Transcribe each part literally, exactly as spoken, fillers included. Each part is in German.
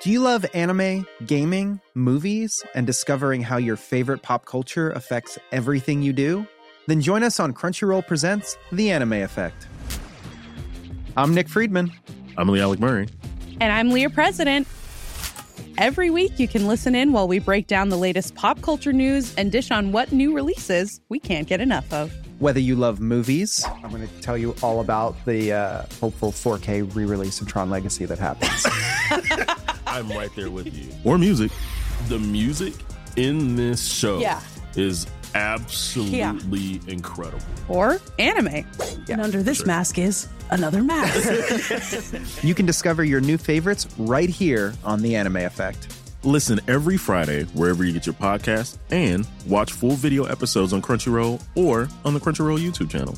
Do you love anime, gaming, movies, and discovering how your favorite pop culture affects everything you do? Then join us on Crunchyroll Presents The Anime Effect. I'm Nick Friedman. I'm Lee Alec Murray. And I'm Leah President. Every week you can listen in while we break down the latest pop culture news and dish on what new releases we can't get enough of. Whether you love movies, I'm going to tell you all about the uh, hopeful four K re-release of Tron Legacy that happens. I'm right there with you. Or music. The music in this show Yeah. is absolutely Yeah. incredible. Or anime. Yeah, and under this sure. mask is another mask. you can discover your new favorites right here on The Anime Effect. Listen every Friday wherever you get your podcasts and watch full video episodes on Crunchyroll or on the Crunchyroll YouTube channel.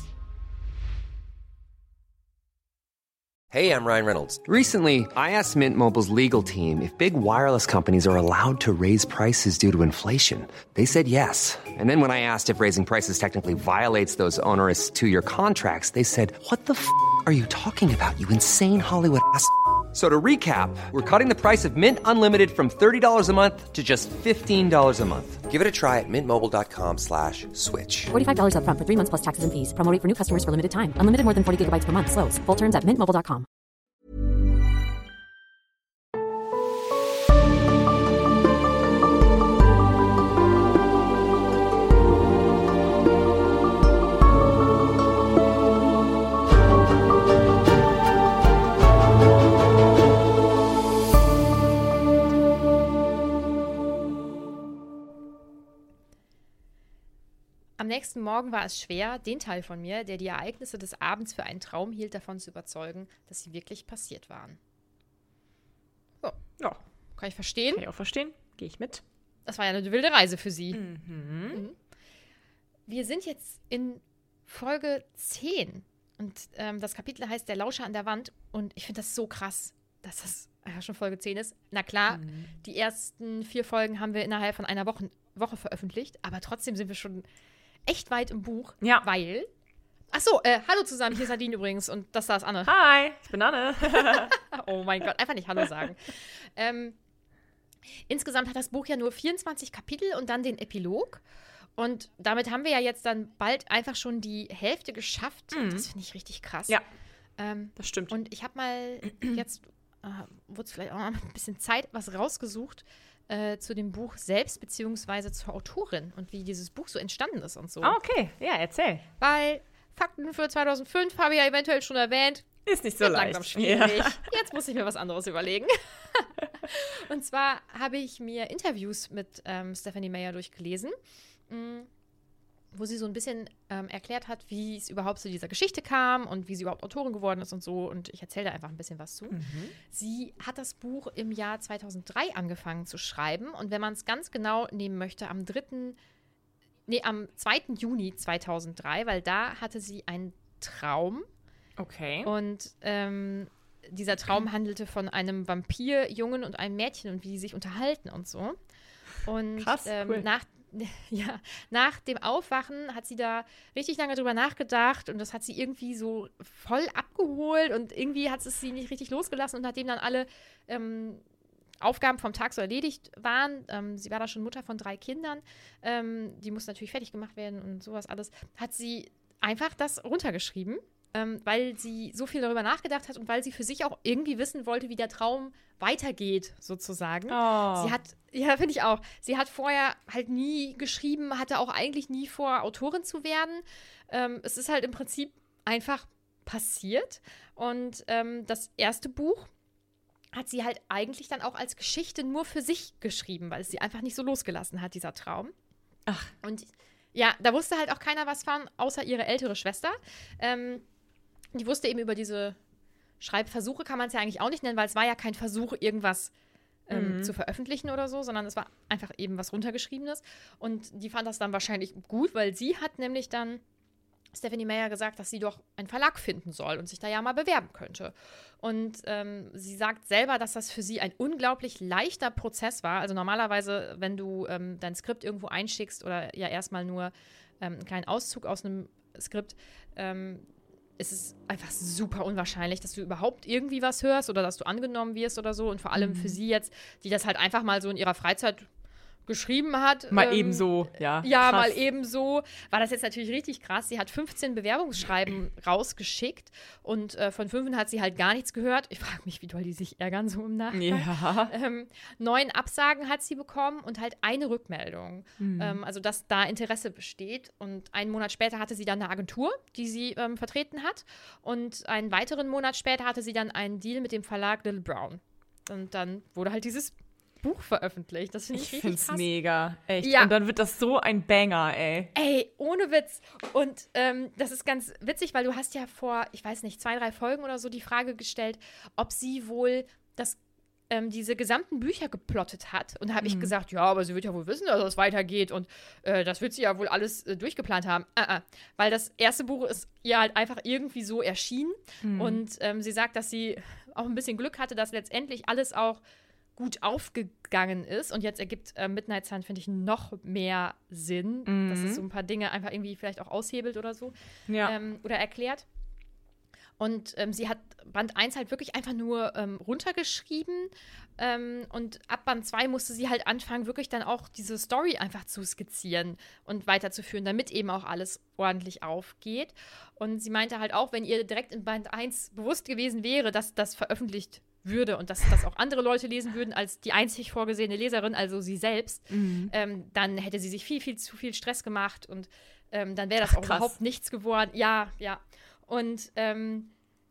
Hey, I'm Ryan Reynolds. Recently, I asked Mint Mobile's legal team if big wireless companies are allowed to raise prices due to inflation. They said yes. And then when I asked if raising prices technically violates those onerous two-year contracts, they said, what the f*** are you talking about, you insane Hollywood ass f- So to recap, we're cutting the price of Mint Unlimited from thirty dollars a month to just fifteen dollars a month. Give it a try at mintmobile.com slash switch. forty-five dollars up front for three months plus taxes and fees. Promo rate for new customers for limited time. Unlimited more than forty gigabytes per month. Slows full terms at mint mobile dot com. Am nächsten Morgen war es schwer, den Teil von mir, der die Ereignisse des Abends für einen Traum hielt, davon zu überzeugen, dass sie wirklich passiert waren. So, Ja, kann ich verstehen. kann ich auch verstehen. Gehe ich mit. Das war ja eine wilde Reise für sie. Mhm. Mhm. Wir sind jetzt in Folge zehn und ähm, das Kapitel heißt Der Lauscher an der Wand und ich finde das so krass, dass das ja schon Folge zehn ist. Na klar, Mhm. die ersten vier Folgen haben wir innerhalb von einer Woche, Woche veröffentlicht, aber trotzdem sind wir schon echt weit im Buch, Ja. weil Ach so, äh, hallo zusammen, hier ist Nadine übrigens und das da ist Anne. Hi, ich bin Anne. Oh mein Gott, einfach nicht Hallo sagen. ähm, insgesamt hat das Buch ja nur vierundzwanzig Kapitel und dann den Epilog. Und damit haben wir ja jetzt dann bald einfach schon die Hälfte geschafft. Mhm. Das finde ich richtig krass. Ja. Ähm, Das stimmt. und ich habe mal jetzt, äh, wurde es vielleicht auch noch ein bisschen Zeit, was rausgesucht äh, zu dem Buch selbst, beziehungsweise zur Autorin und wie dieses Buch so entstanden ist und so. Ah, okay. Ja, erzähl. Weil Fakten für zweitausendfünf habe ich ja eventuell schon erwähnt. Ist nicht so Wird leicht. langsam schwierig. Ja. Jetzt muss ich mir was anderes überlegen. Und zwar habe ich mir Interviews mit ähm, Stephenie Meyer durchgelesen, mh, wo sie so ein bisschen ähm, erklärt hat, wie es überhaupt zu dieser Geschichte kam und wie sie überhaupt Autorin geworden ist und so. Und ich erzähle da einfach ein bisschen was zu. Mhm. Sie hat das Buch im Jahr zweitausenddrei angefangen zu schreiben. Und wenn man es ganz genau nehmen möchte, am dritten Nee, am zweiten Juni zweitausenddrei, weil da hatte sie einen Traum. Okay. Und ähm, dieser Traum handelte von einem Vampirjungen und einem Mädchen und wie die sich unterhalten und so. Und Krass, ähm, cool. nach, ja, nach dem Aufwachen hat sie da richtig lange drüber nachgedacht und das hat sie irgendwie so voll abgeholt und irgendwie hat es sie nicht richtig losgelassen und nachdem dann alle ähm, Aufgaben vom Tag so erledigt waren, ähm, sie war da schon Mutter von drei Kindern, ähm, die mussten natürlich fertig gemacht werden und sowas alles, hat sie einfach das runtergeschrieben, ähm, weil sie so viel darüber nachgedacht hat und weil sie für sich auch irgendwie wissen wollte, wie der Traum weitergeht, sozusagen. Oh. Sie hat, ja, finde ich auch, sie hat vorher halt nie geschrieben, hatte auch eigentlich nie vor, Autorin zu werden. Ähm, es ist halt im Prinzip einfach passiert und ähm, das erste Buch hat sie halt eigentlich dann auch als Geschichte nur für sich geschrieben, weil es sie einfach nicht so losgelassen hat, dieser Traum. Ach. Und ja, da wusste halt auch keiner was von, außer ihre ältere Schwester. Ähm, die wusste eben über diese Schreibversuche, kann man es ja eigentlich auch nicht nennen, weil es war ja kein Versuch, irgendwas ähm, Mhm. zu veröffentlichen oder so, sondern es war einfach eben was runtergeschriebenes. Und die fand das dann wahrscheinlich gut, weil sie hat nämlich dann Stephenie Meyer gesagt, dass sie doch einen Verlag finden soll und sich da ja mal bewerben könnte. Und ähm, sie sagt selber, dass das für sie ein unglaublich leichter Prozess war. Also normalerweise, wenn du ähm, dein Skript irgendwo einschickst oder ja erstmal nur ähm, einen kleinen Auszug aus einem Skript, ähm, ist es einfach super unwahrscheinlich, dass du überhaupt irgendwie was hörst oder dass du angenommen wirst oder so. Und vor allem mhm. für sie jetzt, die das halt einfach mal so in ihrer Freizeit geschrieben hat. Mal ähm, ebenso, ja. Ja, krass. mal ebenso. War das jetzt natürlich richtig krass. Sie hat fünfzehn Bewerbungsschreiben rausgeschickt und äh, von fünf hat sie halt gar nichts gehört. Ich frage mich, wie doll die sich ärgern so im Nachhinein. Ja. Ähm, neun Absagen hat sie bekommen und halt eine Rückmeldung. Mhm. Ähm, also, dass da Interesse besteht. Und einen Monat später hatte sie dann eine Agentur, die sie ähm, vertreten hat. Und einen weiteren Monat später hatte sie dann einen Deal mit dem Verlag Little Brown. Und dann wurde halt dieses Buch veröffentlicht. Das finde ich, ich richtig find's krass. mega. Echt. Ja. Und dann wird das so ein Banger, ey. Ey, ohne Witz. Und ähm, das ist ganz witzig, weil du hast ja vor, ich weiß nicht, zwei, drei Folgen oder so die Frage gestellt, ob sie wohl das, ähm, diese gesamten Bücher geplottet hat. Und da habe mhm. ich gesagt, ja, aber sie wird ja wohl wissen, dass es weitergeht. Und äh, das wird sie ja wohl alles äh, durchgeplant haben. Uh -uh. Weil das erste Buch ist ihr halt einfach irgendwie so erschienen. Mhm. Und ähm, sie sagt, dass sie auch ein bisschen Glück hatte, dass letztendlich alles auch gut aufgegangen ist. Und jetzt ergibt äh, Midnight Sun, finde ich, noch mehr Sinn, mhm. dass es so ein paar Dinge einfach irgendwie vielleicht auch aushebelt oder so. Ja. Ähm, oder erklärt. Und ähm, sie hat Band eins halt wirklich einfach nur ähm, runtergeschrieben. Ähm, und ab Band zwei musste sie halt anfangen, wirklich dann auch diese Story einfach zu skizzieren und weiterzuführen, damit eben auch alles ordentlich aufgeht. Und sie meinte halt auch, wenn ihr direkt in Band eins bewusst gewesen wäre, dass das veröffentlicht würde und dass das auch andere Leute lesen würden als die einzig vorgesehene Leserin, also sie selbst, mhm. ähm, dann hätte sie sich viel, viel zu viel Stress gemacht und ähm, dann wäre das Ach, auch krass. überhaupt nichts geworden. Ja, ja. Und ähm,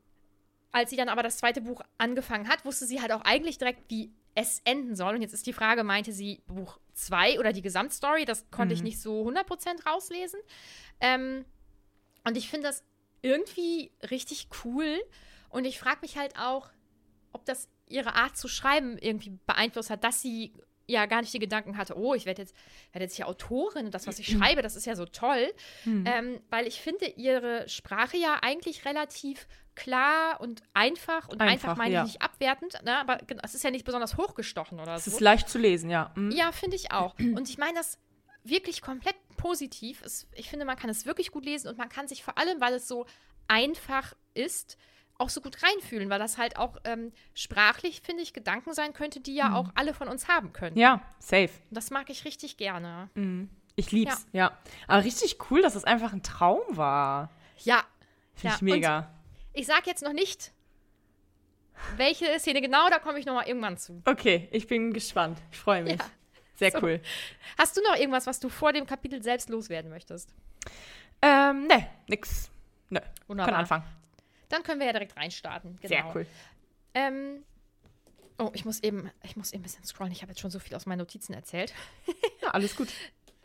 als sie dann aber das zweite Buch angefangen hat, wusste sie halt auch eigentlich direkt, wie es enden soll. Und jetzt ist die Frage, meinte sie Buch zwei oder die Gesamtstory? Das konnte mhm. ich nicht so hundert Prozent rauslesen. Ähm, und ich finde das irgendwie richtig cool. Und ich frage mich halt auch, ob das ihre Art zu schreiben irgendwie beeinflusst hat, dass sie ja gar nicht die Gedanken hatte, oh, ich werde jetzt, werd jetzt hier Autorin und das, was ich schreibe, das ist ja so toll. Mhm. Ähm, weil ich finde ihre Sprache ja eigentlich relativ klar und einfach. Und einfach, einfach meine ja. ich nicht abwertend, ne? Aber es ist ja nicht besonders hochgestochen oder es so. Es ist leicht zu lesen, ja. Mhm. Ja, finde ich auch. Und ich meine das wirklich komplett positiv. Es, ich finde, man kann es wirklich gut lesen und man kann sich vor allem, weil es so einfach ist, auch so gut reinfühlen, weil das halt auch ähm, sprachlich, finde ich, Gedanken sein könnte, die ja mhm. auch alle von uns haben können. Ja, safe. Das mag ich richtig gerne. Mhm. Ich lieb's, ja. ja. Aber richtig cool, dass es einfach ein Traum war. Ja. Finde ja. ich mega. Und ich sag jetzt noch nicht, welche Szene genau, da komme ich noch mal irgendwann zu. Okay, ich bin gespannt. Ich freue mich. Ja. Sehr so. Cool. Hast du noch irgendwas, was du vor dem Kapitel selbst loswerden möchtest? Ähm, ne, nix. Ne, Wunderbar. Kann anfangen. Dann können wir ja direkt reinstarten. Genau. Sehr cool. Ähm, oh, ich muss eben, ich muss eben ein bisschen scrollen. Ich habe jetzt schon so viel aus meinen Notizen erzählt. Ja, alles gut.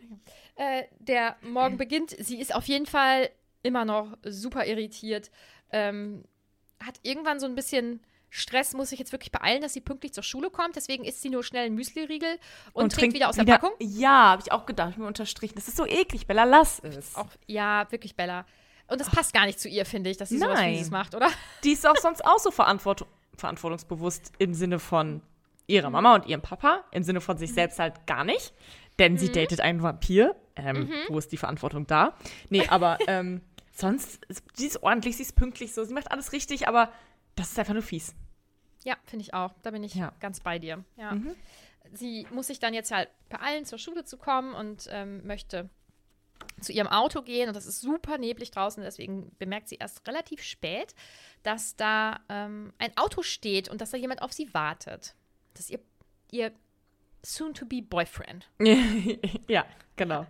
äh, der Morgen beginnt. Sie ist auf jeden Fall immer noch super irritiert. Ähm, hat irgendwann so ein bisschen Stress, muss sich jetzt wirklich beeilen, dass sie pünktlich zur Schule kommt. Deswegen isst sie nur schnell einen Müsli-Riegel und, und trinkt, trinkt wieder aus der wieder, Packung. Ja, habe ich auch gedacht, mir unterstrichen. Das ist so eklig. Bella, lass es. Auch, ja, wirklich, Bella. Und das passt gar nicht zu ihr, finde ich, dass sie sowas Fieses macht, oder? Die ist auch sonst auch so verantwort- verantwortungsbewusst im Sinne von ihrer Mama und ihrem Papa, im Sinne von sich selbst halt gar nicht, denn mhm. sie datet einen Vampir. Ähm, mhm. Wo ist die Verantwortung da? Nee, aber ähm, sonst, sie ist ordentlich, sie ist pünktlich so, sie macht alles richtig, aber das ist einfach nur fies. Ja, finde ich auch. Da bin ich ja. ganz bei dir. Ja. Mhm. Sie muss sich dann jetzt halt beeilen, zur Schule zu kommen und ähm, möchte zu ihrem Auto gehen und das ist super neblig draußen, deswegen bemerkt sie erst relativ spät, dass da ähm, ein Auto steht und dass da jemand auf sie wartet. Das ist ihr, ihr soon-to-be-Boyfriend. Ja, genau.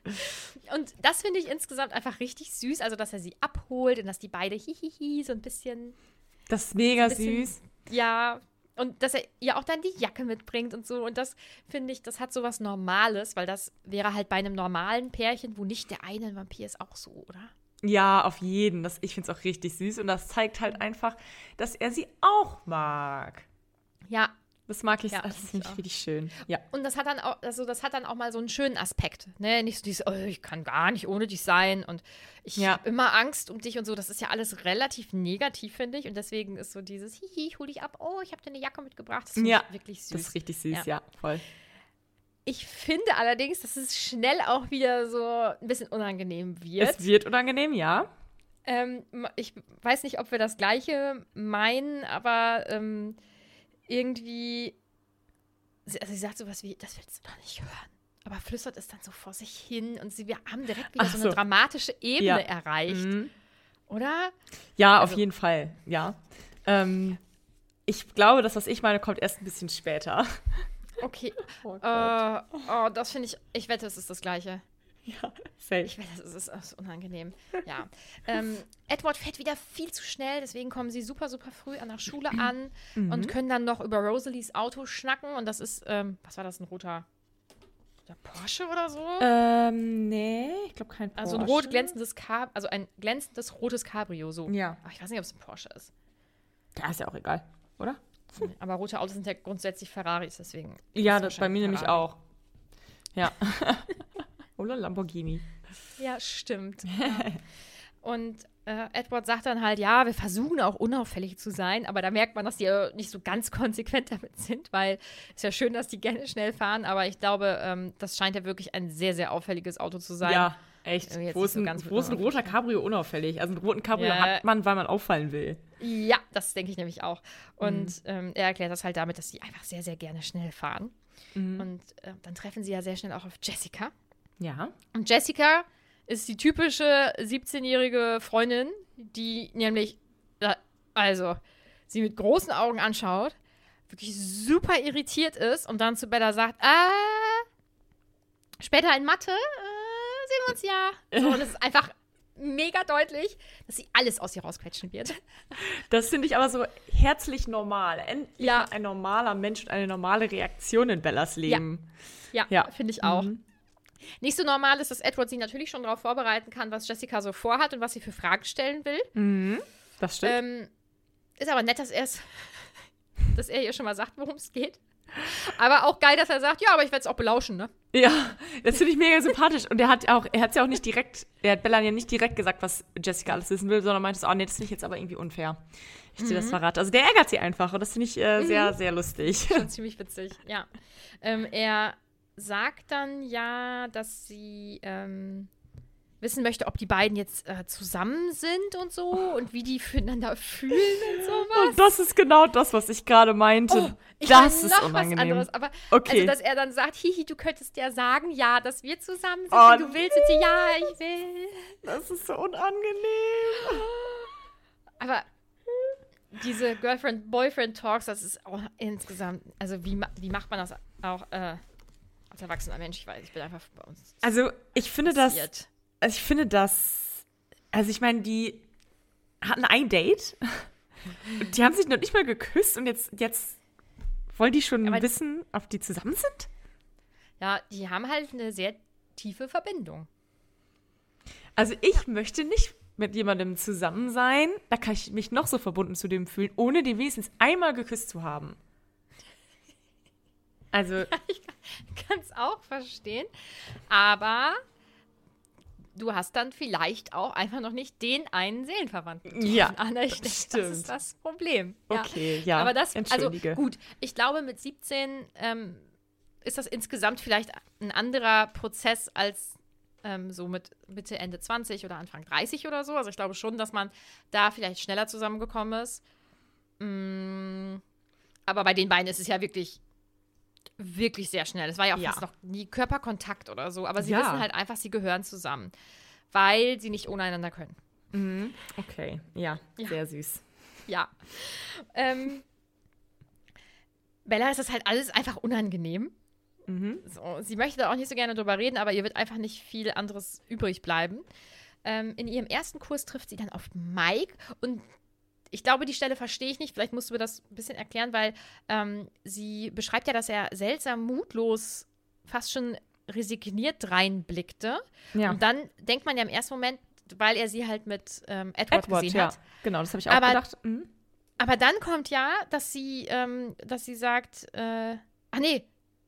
Und das finde ich insgesamt einfach richtig süß, also dass er sie abholt und dass die beide hihihi so ein bisschen Das ist mega so bisschen, süß. Ja, und dass er ihr auch dann die Jacke mitbringt und so. Und das, finde ich, das hat so was Normales, weil das wäre halt bei einem normalen Pärchen, wo nicht der eine ein Vampir ist, auch so, oder? Ja, auf jeden. Das, ich finde es auch richtig süß. Und das zeigt halt einfach, dass er sie auch mag. Ja. Das mag ich, ja, das finde ich richtig schön. Ja. Und das hat dann auch, also das hat dann auch mal so einen schönen Aspekt, ne? Nicht so dieses, oh, ich kann gar nicht ohne dich sein und ich ja. habe immer Angst um dich und so. Das ist ja alles relativ negativ, finde ich. Und deswegen ist so dieses, hihi, ich hol dich ab, oh, ich habe dir eine Jacke mitgebracht. Das finde ja, ich wirklich süß. Das ist richtig süß, ja, ja voll. Ich finde allerdings, dass es schnell auch wieder so ein bisschen unangenehm wird. Es wird unangenehm, ja. Ähm, ich weiß nicht, ob wir das Gleiche meinen, aber ähm, irgendwie, also sie sagt sowas wie, das willst du doch nicht hören. Aber flüstert es dann so vor sich hin und sie, wir haben direkt wieder Ach so so. eine dramatische Ebene Ja. erreicht. Mhm. Oder? Ja, Also- auf jeden Fall, ja. Ähm, ich glaube, das, was ich meine, kommt erst ein bisschen später. Okay. Oh äh, oh, das finde ich, ich wette, es ist das Gleiche. Ja, safe. Ich wette, es ist, es ist unangenehm. Ja. ähm, Edward fährt wieder viel zu schnell, deswegen kommen sie super, super früh an der Schule an Mhm. und können dann noch über Rosalies Auto schnacken. Und das ist, ähm, was war das, ein roter der Porsche oder so? Ähm, nee, ich glaube kein Porsche. Also ein rot glänzendes Cab, also ein glänzendes rotes Cabrio, so. Ja. Aber ich weiß nicht, ob es ein Porsche ist. Ja, ist ja auch egal, oder? Aber rote Autos sind ja grundsätzlich Ferraris, deswegen. Ja, ist das es bei mir nämlich Ferrari. auch. Ja. Oder Lamborghini. Ja, stimmt. Ja. Und äh, Edward sagt dann halt, ja, wir versuchen auch unauffällig zu sein, aber da merkt man, dass die äh, nicht so ganz konsequent damit sind, weil es ist ja schön, dass die gerne schnell fahren, aber ich glaube, ähm, das scheint ja wirklich ein sehr, sehr auffälliges Auto zu sein. Ja, echt. Irgendwie jetzt Wo nicht ist, so ein, ganz wo ist ein mit roter Cabrio unauffällig? Also einen roten Cabrio Ja. hat man, weil man auffallen will. Ja, das denke ich nämlich auch. Und Mhm. ähm, er erklärt das halt damit, dass sie einfach sehr, sehr gerne schnell fahren. Mhm. Und äh, dann treffen sie ja sehr schnell auch auf Jessica. Ja. Und Jessica ist die typische siebzehnjährige Freundin, die nämlich, äh, also, sie mit großen Augen anschaut, wirklich super irritiert ist und dann zu Bella sagt, äh, später in Mathe äh, sehen wir uns ja. So, und es ist einfach mega deutlich, dass sie alles aus ihr rausquetschen wird. Das finde ich aber so herzlich normal. Endlich Ja. mal ein normaler Mensch und eine normale Reaktion in Bellas Leben. Ja, Ja. finde ich auch. Mhm. Nicht so normal ist, dass Edward sie natürlich schon darauf vorbereiten kann, was Jessica so vorhat und was sie für Fragen stellen will. Mhm. Das stimmt. Ähm, ist aber nett, dass er es, dass er ihr schon mal sagt, worum es geht. Aber auch geil, dass er sagt, ja, aber ich werde es auch belauschen, ne? Ja, das finde ich mega sympathisch. Und er hat auch, er hat ja auch nicht direkt, er hat Bella ja nicht direkt gesagt, was Jessica alles wissen will, sondern meinte so, oh nee, das finde ich jetzt aber irgendwie unfair. Ich dir das verrate. Also der ärgert sie einfach und das finde ich äh, sehr, sehr lustig. Schon ziemlich witzig, ja. Ähm, er sagt dann ja, dass sie ähm, wissen möchte, ob die beiden jetzt äh, zusammen sind und so und wie die füreinander fühlen und sowas. Und das ist genau das, was ich gerade meinte. Oh, ich das meine ist noch unangenehm. was anderes, aber Okay. also, dass er dann sagt, hihi, du könntest ja sagen, ja, dass wir zusammen sind, Oh, wenn du willst, und sie, ja, ich will. Das ist so unangenehm. Aber diese Girlfriend-Boyfriend-Talks, das ist auch insgesamt, also wie, ma- wie macht man das auch äh, als erwachsener Mensch? Ich weiß, ich bin einfach bei uns Also ich finde das, passiert. also ich finde das, also ich meine, die hatten ein Date und die haben sich noch nicht mal geküsst und jetzt, jetzt wollen die schon Aber- wissen, ob die zusammen sind? Ja, die haben halt eine sehr tiefe Verbindung. Also ich möchte nicht mit jemandem zusammen sein, da kann ich mich noch so verbunden zu dem fühlen, ohne den wenigstens einmal geküsst zu haben. Also, Ich kann es auch verstehen, aber du hast dann vielleicht auch einfach noch nicht den einen Seelenverwandten. Ja, Anna, ich das denke, stimmt. das ist das Problem. Ja. okay, ja, Aber das, also entschuldige. gut, ich glaube, mit siebzehn ähm, ist das insgesamt vielleicht ein anderer Prozess als ähm, so mit Mitte, Ende zwanzig oder Anfang dreißig oder so. Also ich glaube schon, dass man da vielleicht schneller zusammengekommen ist. Mm, aber bei den beiden ist es ja wirklich, wirklich sehr schnell. Es war ja auch Ja. fast noch nie Körperkontakt oder so. Aber sie Ja. wissen halt einfach, sie gehören zusammen, weil sie nicht ohne einander können. Mhm. Okay, ja, Ja. sehr süß. Ja. Ähm, Bella ist das halt alles einfach unangenehm. Mhm. So, sie möchte da auch nicht so gerne drüber reden, aber ihr wird einfach nicht viel anderes übrig bleiben. Ähm, in ihrem ersten Kurs trifft sie dann auf Mike und ich glaube, die Stelle verstehe ich nicht. Vielleicht musst du mir das ein bisschen erklären, weil ähm, sie beschreibt ja, dass er seltsam mutlos, fast schon resigniert reinblickte. Ja. Und dann denkt man ja im ersten Moment, weil er sie halt mit ähm, Edward, Edward, gesehen ja. hat. Genau, das habe ich auch Aber- gedacht. Mhm. Aber dann kommt ja, dass sie, ähm, dass sie sagt, äh, ach nee.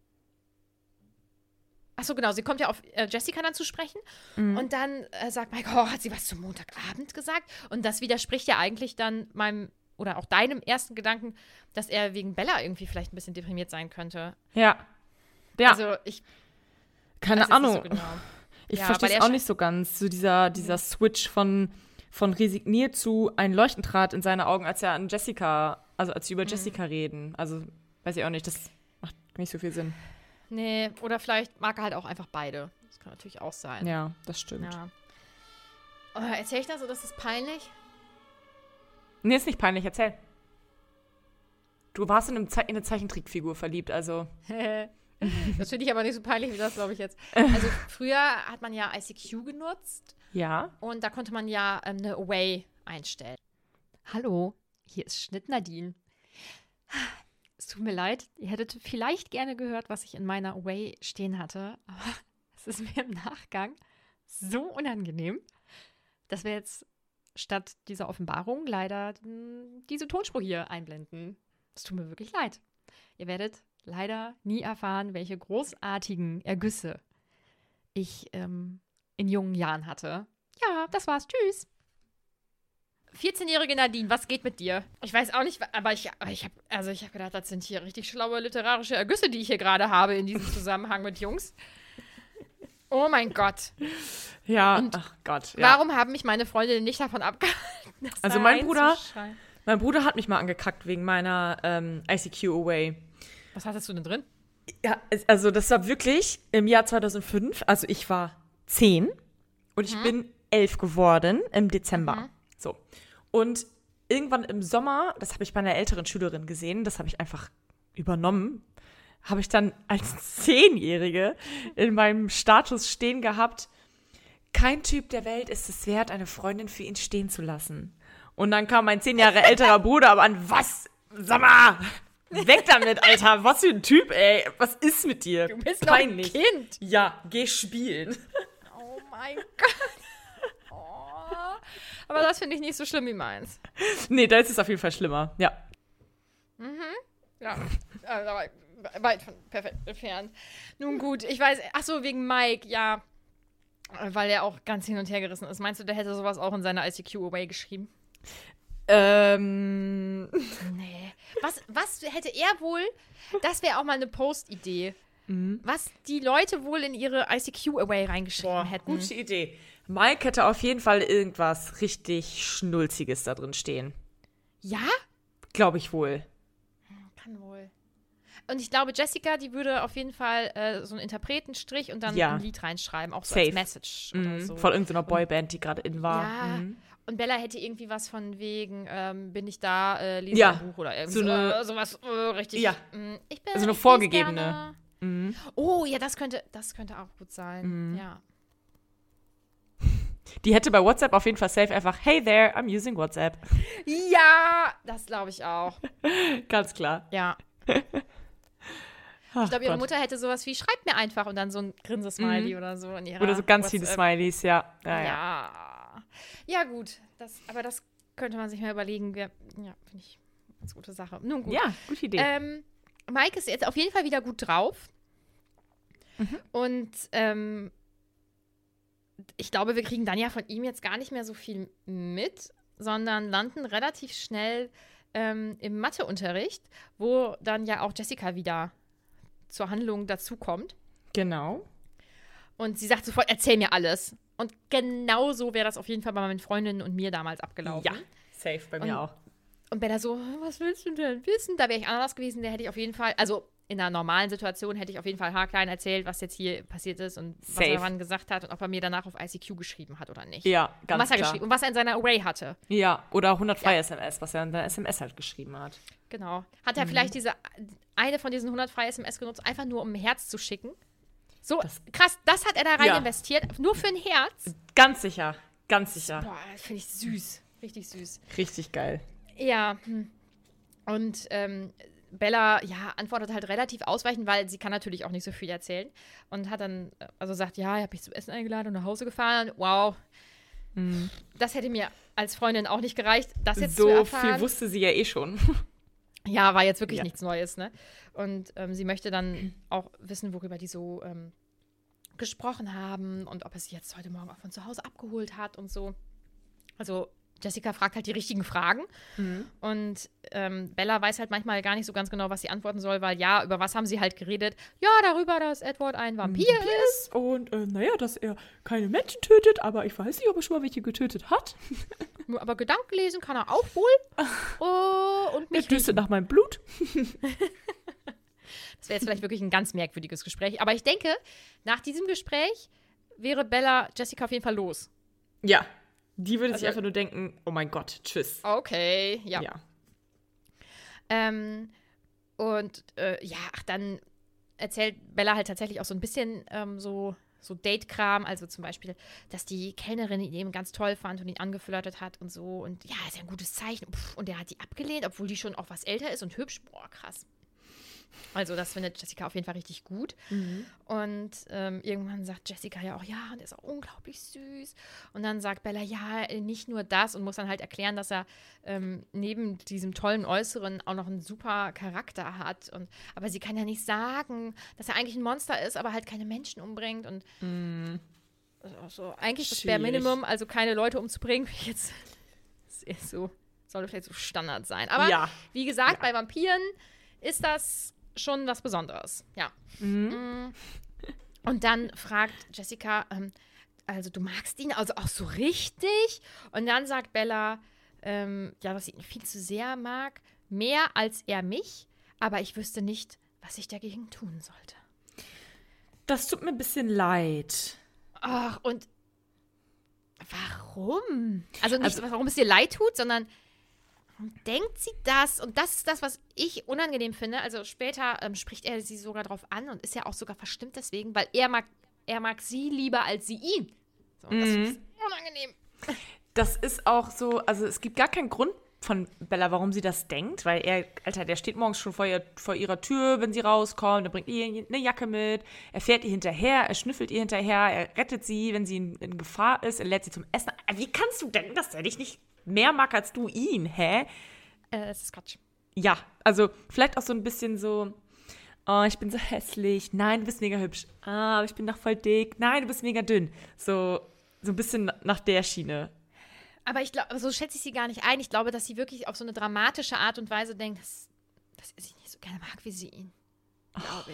Ach so, genau, sie kommt ja auf äh, Jessica dann zu sprechen Mhm. und dann äh, sagt Mike, oh, hat sie was zum Montagabend gesagt? Und das widerspricht ja eigentlich dann meinem, oder auch deinem ersten Gedanken, dass er wegen Bella irgendwie vielleicht ein bisschen deprimiert sein könnte. Ja. Ja, Also ich keine weiß jetzt Ahnung. nicht so genau. Ich Ja, verstehe weil es er auch sch- nicht so ganz, so dieser, dieser Switch von von resigniert zu ein Leuchten trat in seine Augen, als er an Jessica, also als sie über mhm. Jessica reden. Also, weiß ich auch nicht, das macht nicht so viel Sinn. Nee, oder vielleicht mag er halt auch einfach beide. Das kann natürlich auch sein. Ja, das stimmt. Ja. Oh, erzähl ich das oder ist das peinlich? Nee, ist nicht peinlich, erzähl. Du warst in, einem Ze- in eine Zeichentrickfigur verliebt, also. Das finde ich aber nicht so peinlich wie das, glaube ich jetzt. Also früher hat man ja I C Q genutzt. Ja. Und da konnte man ja ähm, eine Away einstellen. Hallo, hier ist Schnitt Nadine. Es tut mir leid, ihr hättet vielleicht gerne gehört, was ich in meiner Away stehen hatte. Aber es ist mir im Nachgang so unangenehm, dass wir jetzt statt dieser Offenbarung leider mh, diese Tonspur hier einblenden. Es tut mir wirklich leid. Ihr werdet leider nie erfahren, welche großartigen Ergüsse ich ähm, in jungen Jahren hatte. Ja, das war's. Tschüss. vierzehnjährige Nadine, was geht mit dir? Ich weiß auch nicht, aber ich, aber ich habe also ich hab gedacht, das sind hier richtig schlaue literarische Ergüsse, die ich hier gerade habe in diesem Zusammenhang mit Jungs. Oh mein Gott. Ja, und ach Gott. Ja. Warum haben mich meine Freundinnen nicht davon abgehalten? Das also mein Bruder, mein Bruder hat mich mal angekackt wegen meiner ähm, I C Q Away. Was hattest du denn drin? Ja, also das war wirklich im Jahr zweitausendfünf, also ich war zehn und ich mhm. bin elf geworden im Dezember. Mhm. So. Und irgendwann im Sommer, das habe ich bei einer älteren Schülerin gesehen, das habe ich einfach übernommen, habe ich dann als Zehnjährige in meinem Status stehen gehabt, kein Typ der Welt ist es wert, eine Freundin für ihn stehen zu lassen. Und dann kam mein zehn Jahre älterer Bruder aber an, was? Sag mal, weg damit, Alter, was für ein Typ, ey, was ist mit dir? Du bist Peinlich. Noch ein Kind. Ja, geh spielen. Oh mein Gott. Oh. Aber das finde ich nicht so schlimm wie meins. Nee, da ist es auf jeden Fall schlimmer, ja. Mhm, ja, aber weit von perfekt entfernt. Nun gut, ich weiß, ach so, wegen Mike, ja, weil er auch ganz hin und her gerissen ist. Meinst du, der hätte sowas auch in seiner I C Q Away geschrieben? Ähm. Nee. Was, was hätte er wohl, das wäre auch mal eine Post-Idee, mhm. was die Leute wohl in ihre I C Q Away reingeschrieben Boah, hätten. Gute Idee. Mike hätte auf jeden Fall irgendwas richtig Schnulziges da drin stehen. Ja? Glaube ich wohl. Kann wohl. Und ich glaube, Jessica, die würde auf jeden Fall äh, so einen Interpretenstrich und dann ja. ein Lied reinschreiben, auch so Safe. als Message Mhm. oder so. Von irgendeiner Boyband, die gerade in war. Ja. Mhm. Und Bella hätte irgendwie was von wegen, ähm, bin ich da, äh, lese ja. ein Buch oder irgendwie so eine, so, sowas äh, richtig. Ja. Mh, ich bin, also eine ich vorgegebene. Mhm. Oh, ja, das könnte, das könnte auch gut sein. Mhm. Ja. Die hätte bei WhatsApp auf jeden Fall safe einfach, hey there, I'm using WhatsApp. Ja, das glaube ich auch. Ganz klar. Ja. Ach, ich glaube, ihre Gott. Mutter hätte sowas wie, schreibt mir einfach und dann so ein Grinsesmiley mhm. oder so in ihrer Oder so ganz WhatsApp. viele Smileys, ja. Ja, ja. Ja, ja gut. Das, aber das könnte man sich mal überlegen. Wir, ja, finde ich eine ganz gute Sache. Nun gut. Ja, gute Idee. Ähm, Mike ist jetzt auf jeden Fall wieder gut drauf. Mhm. Und ähm, ich glaube, wir kriegen dann ja von ihm jetzt gar nicht mehr so viel mit, sondern landen relativ schnell ähm, im Matheunterricht, wo dann ja auch Jessica wieder zur Handlung dazukommt. Genau. Und sie sagt sofort, erzähl mir alles. Und genau so wäre das auf jeden Fall bei meinen Freundinnen und mir damals abgelaufen. Ja, safe, bei mir und, auch. Und Bella so, was willst du denn wissen? Da wäre ich anders gewesen, da hätte ich auf jeden Fall, also in einer normalen Situation hätte ich auf jeden Fall haarklein erzählt, was jetzt hier passiert ist und safe. was er daran gesagt hat und ob er mir danach auf I C Q geschrieben hat oder nicht. Ja, ganz und was er klar. geschrieben und was er in seiner Array hatte. Ja, oder hundert freie ja. S M S, was er in der S M S halt geschrieben hat. Genau. Hat er mhm. vielleicht diese eine von diesen hundert freie S M S genutzt, einfach nur um ein Herz zu schicken? So, das, krass, das hat er da rein ja. investiert, nur für ein Herz? Ganz sicher, ganz sicher. Boah, finde ich süß. Richtig süß. Richtig geil. Ja, und ähm, Bella, ja, antwortet halt relativ ausweichend, weil sie kann natürlich auch nicht so viel erzählen. Und hat dann, also sagt, ja, ich habe mich zum Essen eingeladen und nach Hause gefahren. Wow. Mhm. Das hätte mir als Freundin auch nicht gereicht, das jetzt so zu erfahren. So viel wusste sie ja eh schon. Ja, war jetzt wirklich ja. nichts Neues, ne? Und ähm, sie möchte dann auch wissen, worüber die so ähm, gesprochen haben und ob er sie jetzt heute Morgen auch von zu Hause abgeholt hat und so. Also Jessica fragt halt die richtigen Fragen. Mhm. Und ähm, Bella weiß halt manchmal gar nicht so ganz genau, was sie antworten soll, weil ja, über was haben sie halt geredet? Ja, darüber, dass Edward ein Vampir ist. Und äh, naja, dass er keine Menschen tötet, aber ich weiß nicht, ob er schon mal welche getötet hat. Aber Gedanken lesen kann er auch wohl. Oh, und mich er düstet nach meinem Blut. Das wäre jetzt vielleicht wirklich ein ganz merkwürdiges Gespräch. Aber ich denke, nach diesem Gespräch wäre Bella Jessica auf jeden Fall los. Ja. Die würde also, sich einfach nur denken, oh mein Gott, tschüss. Okay, ja. ja. Ähm, und äh, ja, ach, dann erzählt Bella halt tatsächlich auch so ein bisschen ähm, so, so Date-Kram. Also zum Beispiel, dass die Kellnerin ihn eben ganz toll fand und ihn angeflirtet hat und so. Und ja, ist ja ein gutes Zeichen. Und der hat die abgelehnt, obwohl die schon auch was älter ist und hübsch. Boah, krass. Also das findet Jessica auf jeden Fall richtig gut. Mhm. Und ähm, irgendwann sagt Jessica ja auch, ja, und der ist auch unglaublich süß. Und dann sagt Bella, ja, nicht nur das und muss dann halt erklären, dass er ähm, neben diesem tollen Äußeren auch noch einen super Charakter hat. Und, aber sie kann ja nicht sagen, dass er eigentlich ein Monster ist, aber halt keine Menschen umbringt. Und mhm. also eigentlich das Bare Minimum, also keine Leute umzubringen, jetzt das ist so, sollte vielleicht so Standard sein. Aber ja. wie gesagt, ja. bei Vampiren ist das schon was Besonderes, ja. Mhm. Und dann fragt Jessica, ähm, also du magst ihn also auch so richtig? Und dann sagt Bella, ähm, ja, dass sie ihn viel zu sehr mag, mehr als er mich, aber ich wüsste nicht, was ich dagegen tun sollte. Das tut mir ein bisschen leid. Ach, und warum? Also nicht, also, warum es dir leid tut, sondern denkt sie das? Und das ist das, was ich unangenehm finde. Also später ähm, spricht er sie sogar drauf an und ist ja auch sogar verstimmt deswegen, weil er mag, er mag sie lieber als sie ihn. So, und das mhm. ist unangenehm. Das ist auch so, also es gibt gar keinen Grund von Bella, warum sie das denkt, weil er, Alter, der steht morgens schon vor, ihr, vor ihrer Tür, wenn sie rauskommt, er bringt ihr eine Jacke mit, er fährt ihr hinterher, er schnüffelt ihr hinterher, er rettet sie, wenn sie in, in Gefahr ist, er lädt sie zum Essen. Wie kannst du denken, dass er dich nicht mehr mag als du ihn, hä? Äh, das ist Quatsch. Ja, also vielleicht auch so ein bisschen so, oh, ich bin so hässlich, nein, du bist mega hübsch, ah, aber ich bin doch voll dick, nein, du bist mega dünn. So, so ein bisschen nach der Schiene. Aber ich glaube, so schätze ich sie gar nicht ein. Ich glaube, dass sie wirklich auf so eine dramatische Art und Weise denkt, dass, dass er sie nicht so gerne mag wie sie ihn. Glaube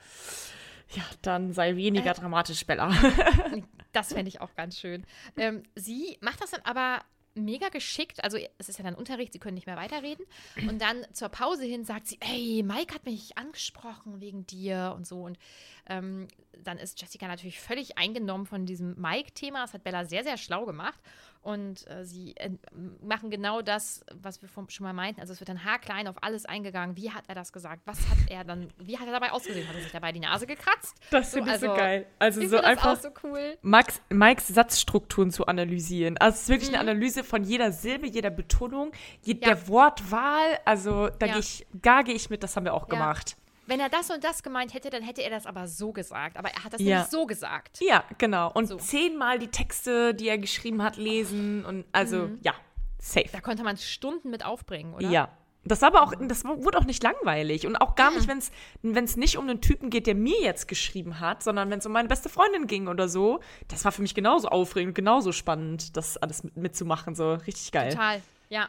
ich. Ja, dann sei weniger äh, dramatisch, Bella. Das fände ich auch ganz schön. Ähm, sie macht das dann aber mega geschickt. Also es ist ja dann Unterricht, sie können nicht mehr weiterreden. Und dann zur Pause hin sagt sie, ey, Mike hat mich angesprochen wegen dir und so. Und ähm, dann ist Jessica natürlich völlig eingenommen von diesem Mike-Thema. Das hat Bella sehr, sehr schlau gemacht. Und äh, sie äh, machen genau das, was wir schon mal meinten. Also es wird dann haarklein auf alles eingegangen. Wie hat er das gesagt? Was hat er dann, wie hat er dabei ausgesehen? Hat er sich dabei die Nase gekratzt? Das finde ich also, so geil. Also ich so einfach auch so cool. Max, Mikes Satzstrukturen zu analysieren. Also es ist wirklich mhm. eine Analyse von jeder Silbe, jeder Betonung, je, ja. der Wortwahl. Also da ja. gehe ich, gar gehe ich mit, das haben wir auch ja. gemacht. Wenn er das und das gemeint hätte, dann hätte er das aber so gesagt. Aber er hat das ja. nämlich so gesagt. Ja, genau. Und so. zehnmal die Texte, die er geschrieben hat, lesen. Und also, mhm. ja, safe. Da konnte man Stunden mit aufbringen, oder? Ja. Das war aber auch, das wurde auch nicht langweilig. Und auch gar nicht, wenn es wenn es nicht um einen Typen geht, der mir jetzt geschrieben hat, sondern wenn es um meine beste Freundin ging oder so. Das war für mich genauso aufregend, genauso spannend, das alles mit, mitzumachen. So richtig geil. Total, ja.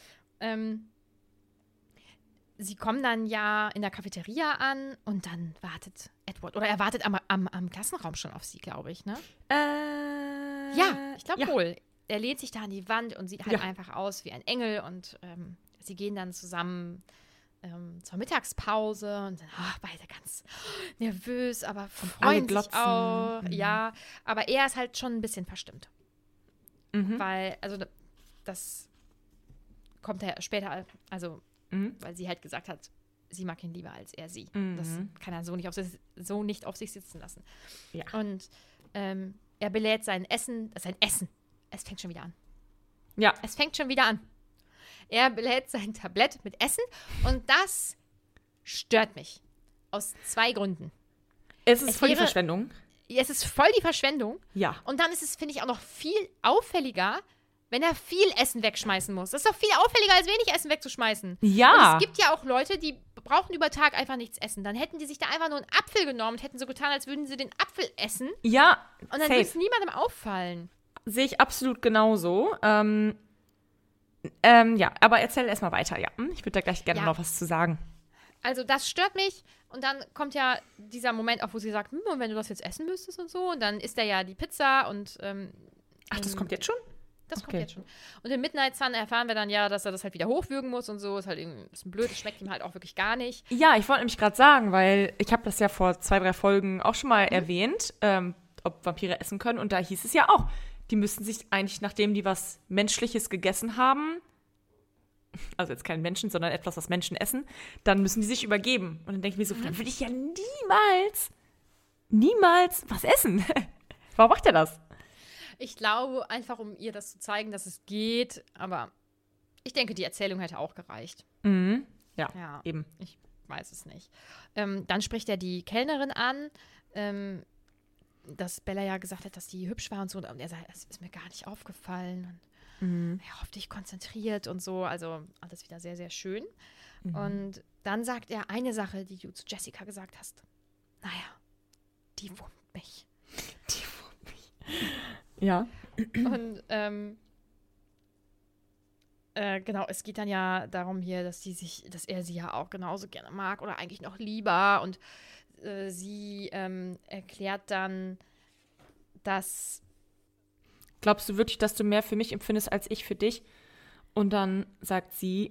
Ähm. Sie kommen dann ja in der Cafeteria an und dann wartet Edward. Oder er wartet am, am, am Klassenraum schon auf sie, glaube ich, ne? Äh, ja, ich glaube ja. wohl. Er lehnt sich da an die Wand und sieht halt ja. einfach aus wie ein Engel. Und ähm, sie gehen dann zusammen ähm, zur Mittagspause und sind oh, beide ganz nervös, aber freuen sich auch. Mhm. Ja, aber er ist halt schon ein bisschen verstimmt. Mhm. Weil, also das kommt ja später, also Mhm. weil sie halt gesagt hat, sie mag ihn lieber als er sie. Mhm. Das kann er so nicht auf sich, so nicht auf sich sitzen lassen. Ja. Und ähm, er belädt sein Essen, sein Essen. Es fängt schon wieder an. Ja. Es fängt schon wieder an. Er belädt sein Tablett mit Essen und das stört mich. Aus zwei Gründen. Es ist es voll wäre, die Verschwendung. Es ist voll die Verschwendung. Ja. Und dann ist es, finde ich, auch noch viel auffälliger, wenn er viel Essen wegschmeißen muss. Das ist doch viel auffälliger, als wenig Essen wegzuschmeißen. Ja. Und es gibt ja auch Leute, die brauchen über Tag einfach nichts essen. Dann hätten die sich da einfach nur einen Apfel genommen und hätten so getan, als würden sie den Apfel essen. Ja, und dann würde es niemandem auffallen. Sehe ich absolut genauso. Ähm, Ähm, ja, aber erzähl erstmal weiter, ja. Hm? Ich würde da gleich gerne Ja. noch was zu sagen. Also das stört mich. Und dann kommt ja dieser Moment auf, wo sie sagt, hm, und wenn du das jetzt essen müsstest und so. Und dann isst er ja die Pizza und ähm, Ach, das ähm, kommt jetzt schon? Das Okay. kommt jetzt schon. Und im Midnight Sun erfahren wir dann ja, dass er das halt wieder hochwürgen muss und so. Ist halt irgendwie ein bisschen blöd. Das schmeckt ihm halt auch wirklich gar nicht. Ja, ich wollte nämlich gerade sagen, weil ich habe das ja vor zwei, drei Folgen auch schon mal erwähnt, ähm, ob Vampire essen können. Und da hieß es ja auch, die müssten sich eigentlich, nachdem die was Menschliches gegessen haben, also jetzt kein Menschen, sondern etwas, was Menschen essen, dann müssen die sich übergeben. Und dann denke ich mir so, dann will ich ja niemals, niemals was essen. Warum macht er das? Ich glaube, einfach um ihr das zu zeigen, dass es geht. Aber ich denke, die Erzählung hätte auch gereicht. Mhm. Ja, Ja, eben. Ich weiß es nicht. Ähm, dann spricht er die Kellnerin an, ähm, dass Bella ja gesagt hat, dass die hübsch war und so. Und er sagt, es ist mir gar nicht aufgefallen. Und Mhm. er hofft dich konzentriert und so. Also alles wieder sehr, sehr schön. Mhm. Und dann sagt er eine Sache, die du zu Jessica gesagt hast. Naja, die wurmt mich. Ja. Und ähm, äh, genau, es geht dann ja darum hier, dass sie sich, dass er sie ja auch genauso gerne mag oder eigentlich noch lieber. Und äh, sie ähm, erklärt dann, dass Glaubst du wirklich, dass du mehr für mich empfindest als ich für dich? Und dann sagt sie,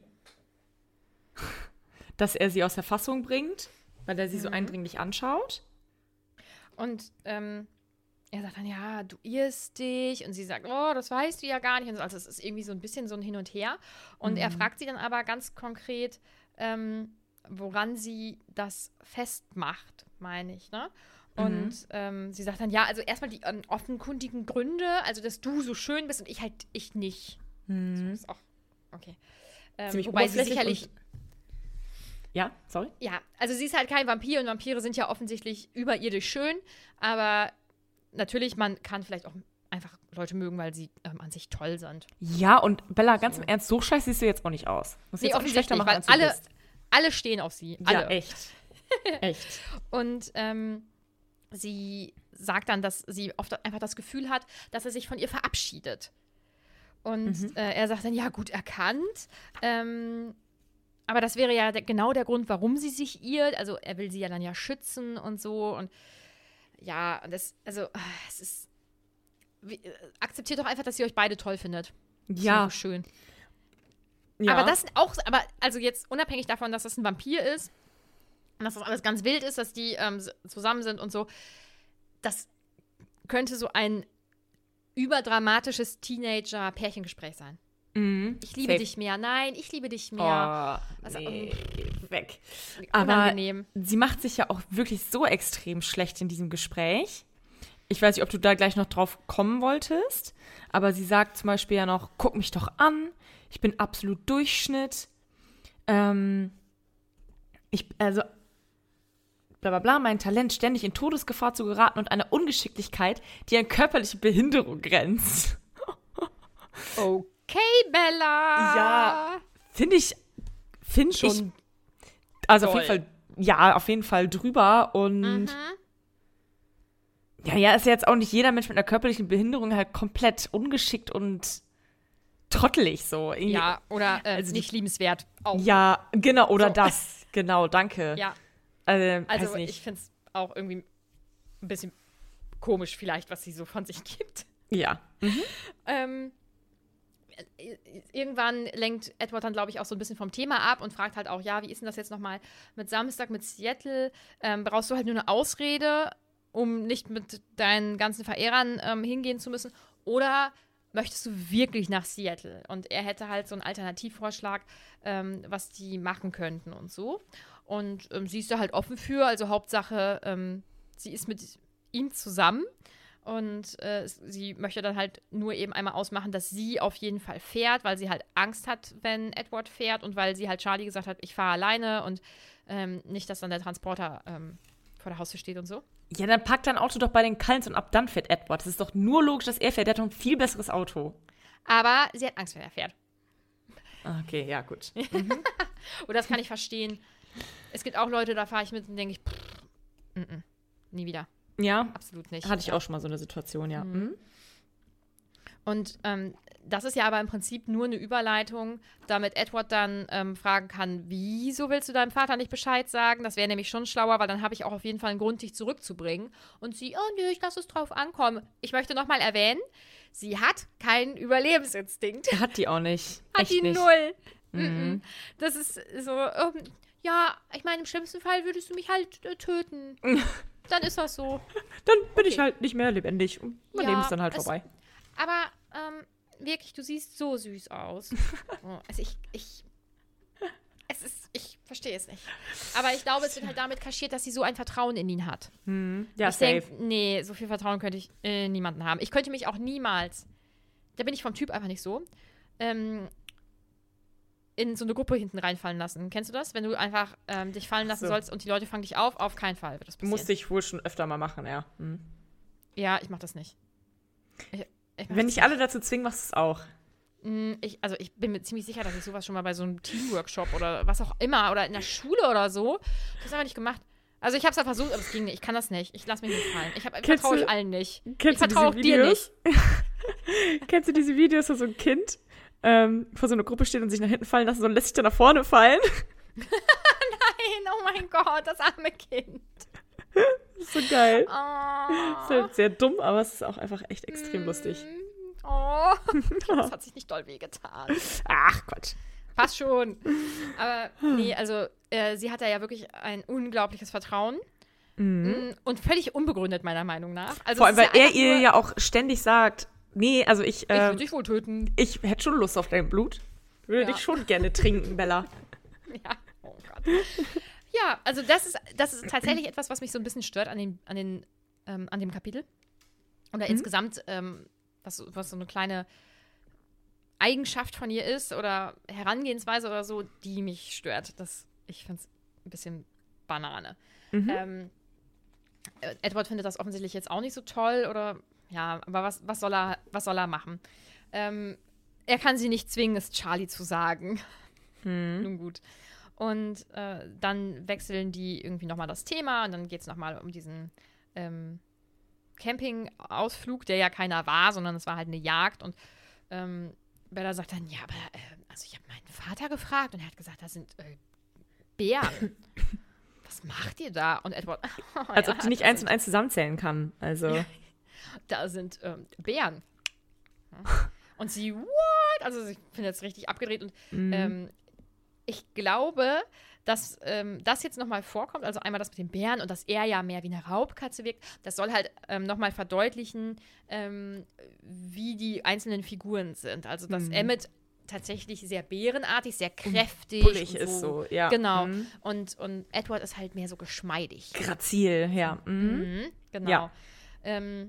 dass er sie aus der Fassung bringt, weil er sie so eindringlich anschaut. und ähm, er sagt dann, ja, du irrst dich. Und sie sagt, oh, das weißt du ja gar nicht. Und so. Also es ist irgendwie so ein bisschen so ein Hin und Her. Und Mhm. er fragt sie dann aber ganz konkret, ähm, woran sie das festmacht, meine ich, ne? Und Mhm. ähm, sie sagt dann, ja, also erstmal die ähm, offenkundigen Gründe, also dass du so schön bist und ich halt, ich nicht. Mhm. Das ist auch, okay. Ähm, Ziemlich wobei sie oberflächlich sicherlich, und- Ja, sorry. ja, also sie ist halt kein Vampir und Vampire sind ja offensichtlich überirdisch schön, aber natürlich, man kann vielleicht auch einfach Leute mögen, weil sie ähm, an sich toll sind. Ja, und Bella, ganz im Ernst, so scheiße siehst du jetzt auch nicht aus. Muss Nee, jetzt auch nicht schlechter offensichtlich, machen, weil als du alle, bist. alle stehen auf sie. Alle. Ja, echt. Echt. Und ähm, sie sagt dann, dass sie oft einfach das Gefühl hat, dass er sich von ihr verabschiedet. Und Mhm. äh, er sagt dann, ja, gut erkannt. Ähm, aber das wäre ja der, genau der Grund, warum sie sich irrt. Also er will sie ja dann ja schützen und so. Und ja, und das, also äh, es ist, wie, äh, akzeptiert doch einfach, dass ihr euch beide toll findet. Das ist Ja. so schön. Ja. Aber das auch, aber also jetzt unabhängig davon, dass das ein Vampir ist und dass das alles ganz wild ist, dass die ähm, s- zusammen sind und so, das könnte so ein überdramatisches Teenager-Pärchengespräch sein. Mhm. Ich liebe Safe. dich mehr. Nein, ich liebe dich mehr. Oh, Also, nee, weg. Unangenehm. Aber sie macht sich ja auch wirklich so extrem schlecht in diesem Gespräch. Ich weiß nicht, ob du da gleich noch drauf kommen wolltest, aber sie sagt zum Beispiel ja noch, guck mich doch an, ich bin absolut Durchschnitt. Ähm, ich, also, bla bla bla, mein Talent, ständig in Todesgefahr zu geraten und eine Ungeschicklichkeit, die an körperliche Behinderung grenzt. Okay, Bella. Ja, finde ich, finde ich, Schon also auf doll. jeden Fall, ja, auf jeden Fall drüber und Mhm. ja, ja, ist ja jetzt auch nicht jeder Mensch mit einer körperlichen Behinderung halt komplett ungeschickt und trottelig so. Irgendwie- Ja, oder äh, Also die- nicht liebenswert. Auch. Ja, genau, oder So. das. Genau, danke. Ja. Also, Also weiß nicht. ich finde es auch irgendwie ein bisschen komisch vielleicht, was sie so von sich gibt. Ja. Ähm, äh, irgendwann lenkt Edward dann, glaube ich, auch so ein bisschen vom Thema ab und fragt halt auch, ja, wie ist denn das jetzt nochmal mit Samstag, mit Seattle? Ähm, brauchst du halt nur eine Ausrede, um nicht mit deinen ganzen Verehrern ähm, hingehen zu müssen? Oder möchtest du wirklich nach Seattle? Und er hätte halt so einen Alternativvorschlag, ähm, was die machen könnten und so. Und ähm, sie ist da halt offen für, also Hauptsache, ähm, sie ist mit ihm zusammen. Und äh, es- sie möchte dann halt nur eben einmal ausmachen, dass sie auf jeden Fall fährt, weil sie halt Angst hat, wenn Edward fährt und weil sie halt Charlie gesagt hat, ich fahre alleine und ähm, nicht, dass dann der Transporter ähm, vor der Haustür steht und so. Ja, dann packt dein Auto doch bei den Cullens und ab dann fährt Edward. Das ist doch nur logisch, dass er fährt. Der hat doch ein viel besseres Auto. Aber sie hat Angst, wenn er fährt. Okay, ja, gut. Und das kann ich verstehen. Es gibt auch Leute, da fahre ich mit und denke ich, pff, mm, mm, nie wieder. Ja, Absolut nicht. hatte ich auch schon mal so eine Situation, ja. Mhm. Und ähm, das ist ja aber im Prinzip nur eine Überleitung, damit Edward dann ähm, fragen kann, wieso willst du deinem Vater nicht Bescheid sagen? Das wäre nämlich schon schlauer, weil dann habe ich auch auf jeden Fall einen Grund, dich zurückzubringen. Und sie, oh nö, ich lasse es drauf ankommen. Ich möchte nochmal erwähnen, sie hat keinen Überlebensinstinkt. Hat die auch nicht. Hat Echt die nicht. null. Mhm. Das ist so, ähm, ja, ich meine, im schlimmsten Fall würdest du mich halt äh, töten. Dann ist das so. Dann bin Okay. ich halt nicht mehr lebendig und mein Ja, Leben ist dann halt es- vorbei. Aber ähm, wirklich, du siehst so süß aus. Oh, also ich, ich, es ist, ich verstehe es nicht. Aber ich glaube, es wird halt damit kaschiert, dass sie so ein Vertrauen in ihn hat. Hm. Ja, ich safe. denke, nee, so viel Vertrauen könnte ich äh, niemanden haben. Ich könnte mich auch niemals, da bin ich vom Typ einfach nicht so, ähm, in so eine Gruppe hinten reinfallen lassen. Kennst du das? Wenn du einfach ähm, dich fallen lassen So. sollst und die Leute fangen dich auf, auf keinen Fall wird das passieren. Musste ich wohl schon öfter mal machen, ja. Hm. Ja, ich mach das nicht. Ich, ich mach Wenn das dich alle dazu zwingen, machst du es auch. Mm, Ich, also ich bin mir ziemlich sicher, dass ich sowas schon mal bei so einem Teamworkshop oder was auch immer oder in der Schule oder so, ich hab's einfach nicht gemacht. Also ich hab's ja versucht, aber es ging nicht. Ich kann das nicht. Ich lass mich nicht fallen. Ich, hab- ich Kennst vertraue du- ich allen nicht. Kennst ich du vertraue auch diese dir Videos? nicht. Kennst du diese Videos, wo so ein Kind ähm, vor so einer Gruppe steht und sich nach hinten fallen lassen und lässt sich dann nach vorne fallen? Nein, oh mein Gott, das arme Kind. Das ist so geil. Oh. Ist halt sehr dumm, aber es ist auch einfach echt extrem lustig. Oh, das hat sich nicht doll wehgetan. Ach, Quatsch. Fast schon. Aber nee, also äh, sie hat da ja wirklich ein unglaubliches Vertrauen. Mhm. Mm, Und völlig unbegründet, meiner Meinung nach. Also Vor es allem, ist weil er einfach ihr nur, ja auch ständig sagt, nee, also ich, Ich äh, würde dich wohl töten. ich hätte schon Lust auf dein Blut. Würde Ja. dich schon gerne trinken, Bella. Ja, oh Gott. Ja, also das ist, das ist tatsächlich etwas, was mich so ein bisschen stört an, den, an, den, ähm, an dem Kapitel. Oder insgesamt, ähm, was, so- was so eine kleine Eigenschaft von ihr ist oder Herangehensweise oder so, die mich stört. Das, ich finde es ein bisschen Banane. Mhm. Ähm, äh, Edward findet das offensichtlich jetzt auch nicht so toll oder ja, aber was, was, soll, er, was soll er machen? Ähm, er kann sie nicht zwingen, es Charlie zu sagen. Mhm. Nun gut. Und äh, dann wechseln die irgendwie nochmal das Thema und dann geht es nochmal um diesen ähm, Camping-Ausflug, der ja keiner war, sondern es war halt eine Jagd. Und ähm, Bella sagt dann, ja, aber äh, also ich habe meinen Vater gefragt und er hat gesagt, das sind äh, Bären. Was macht ihr da? Und Edward, oh, Als ja, ob die nicht das eins sind- und eins zusammenzählen kann. Also, Da sind ähm, Bären. Und sie, what? Also ich finde das richtig abgedreht und mhm. ähm, ich glaube, dass ähm, das jetzt nochmal vorkommt, also einmal das mit den Bären und dass er ja mehr wie eine Raubkatze wirkt, das soll halt ähm, nochmal verdeutlichen, ähm, wie die einzelnen Figuren sind. Also, dass Mhm. Emmett tatsächlich sehr bärenartig, sehr kräftig bullig und ist so, ja. Genau. Mhm. Und, und Edward ist halt mehr so geschmeidig. Grazil, ja. Mhm. Mhm, genau. Ja. Ähm,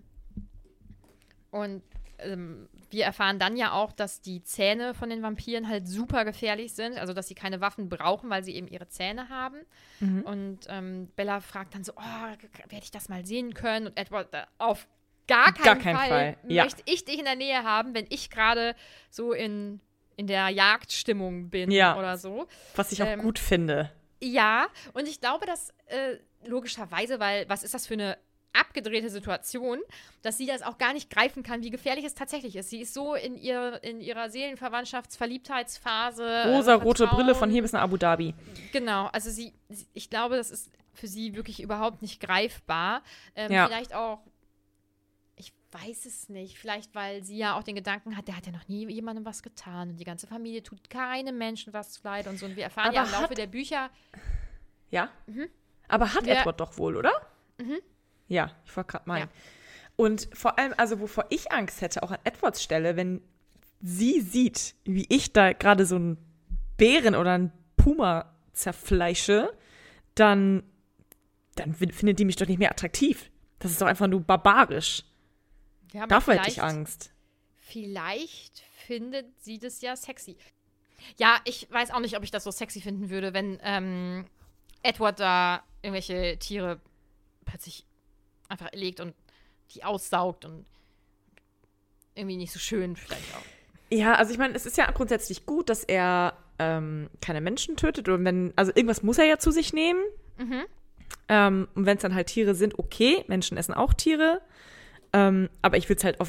und ähm, wir erfahren dann ja auch, dass die Zähne von den Vampiren halt super gefährlich sind. Also, dass sie keine Waffen brauchen, weil sie eben ihre Zähne haben. Mhm. Und ähm, Bella fragt dann so, oh, werde ich das mal sehen können? Und Edward, äh, auf gar keinen, Gar keinen Fall, Fall, ja. möchte ich dich in der Nähe haben, wenn ich gerade so in, in der Jagdstimmung bin Ja. oder so. Was ich auch Ähm, gut finde. Ja, und ich glaube, dass äh, logischerweise, weil was ist das für eine abgedrehte Situation, dass sie das auch gar nicht greifen kann, wie gefährlich es tatsächlich ist. Sie ist so in, ihr, in ihrer Seelenverwandtschafts-Verliebtheitsphase. Rosa-rote Vertrauen. Brille von hier bis nach Abu Dhabi. Genau, also sie, sie, ich glaube, das ist für sie wirklich überhaupt nicht greifbar. Ähm, Ja. Vielleicht auch, ich weiß es nicht, vielleicht weil sie ja auch den Gedanken hat, der hat ja noch nie jemandem was getan und die ganze Familie tut keinem Menschen was leid und so. Und wir erfahren Aber ja im Laufe hat- der Bücher, Ja? Aber hat Ja. Edward doch wohl, oder? Mhm. Ja, ich wollte gerade meinen. Ja. Und vor allem, also wovor ich Angst hätte, auch an Edwards Stelle, wenn sie sieht, wie ich da gerade so einen Bären oder einen Puma zerfleische, dann, dann findet die mich doch nicht mehr attraktiv. Das ist doch einfach nur barbarisch. ja, aber Davor hätte ich vielleicht- Angst. Vielleicht findet sie das ja sexy. Ja, ich weiß auch nicht, ob ich das so sexy finden würde, wenn ähm, Edward da irgendwelche Tiere plötzlich einfach legt und die aussaugt und irgendwie nicht so schön vielleicht auch. Ja, also ich meine, es ist ja grundsätzlich gut, dass er ähm, keine Menschen tötet. Und wenn, also irgendwas muss er ja zu sich nehmen. Mhm. Ähm, und wenn es dann halt Tiere sind, okay, Menschen essen auch Tiere. Ähm, aber ich würde es halt auf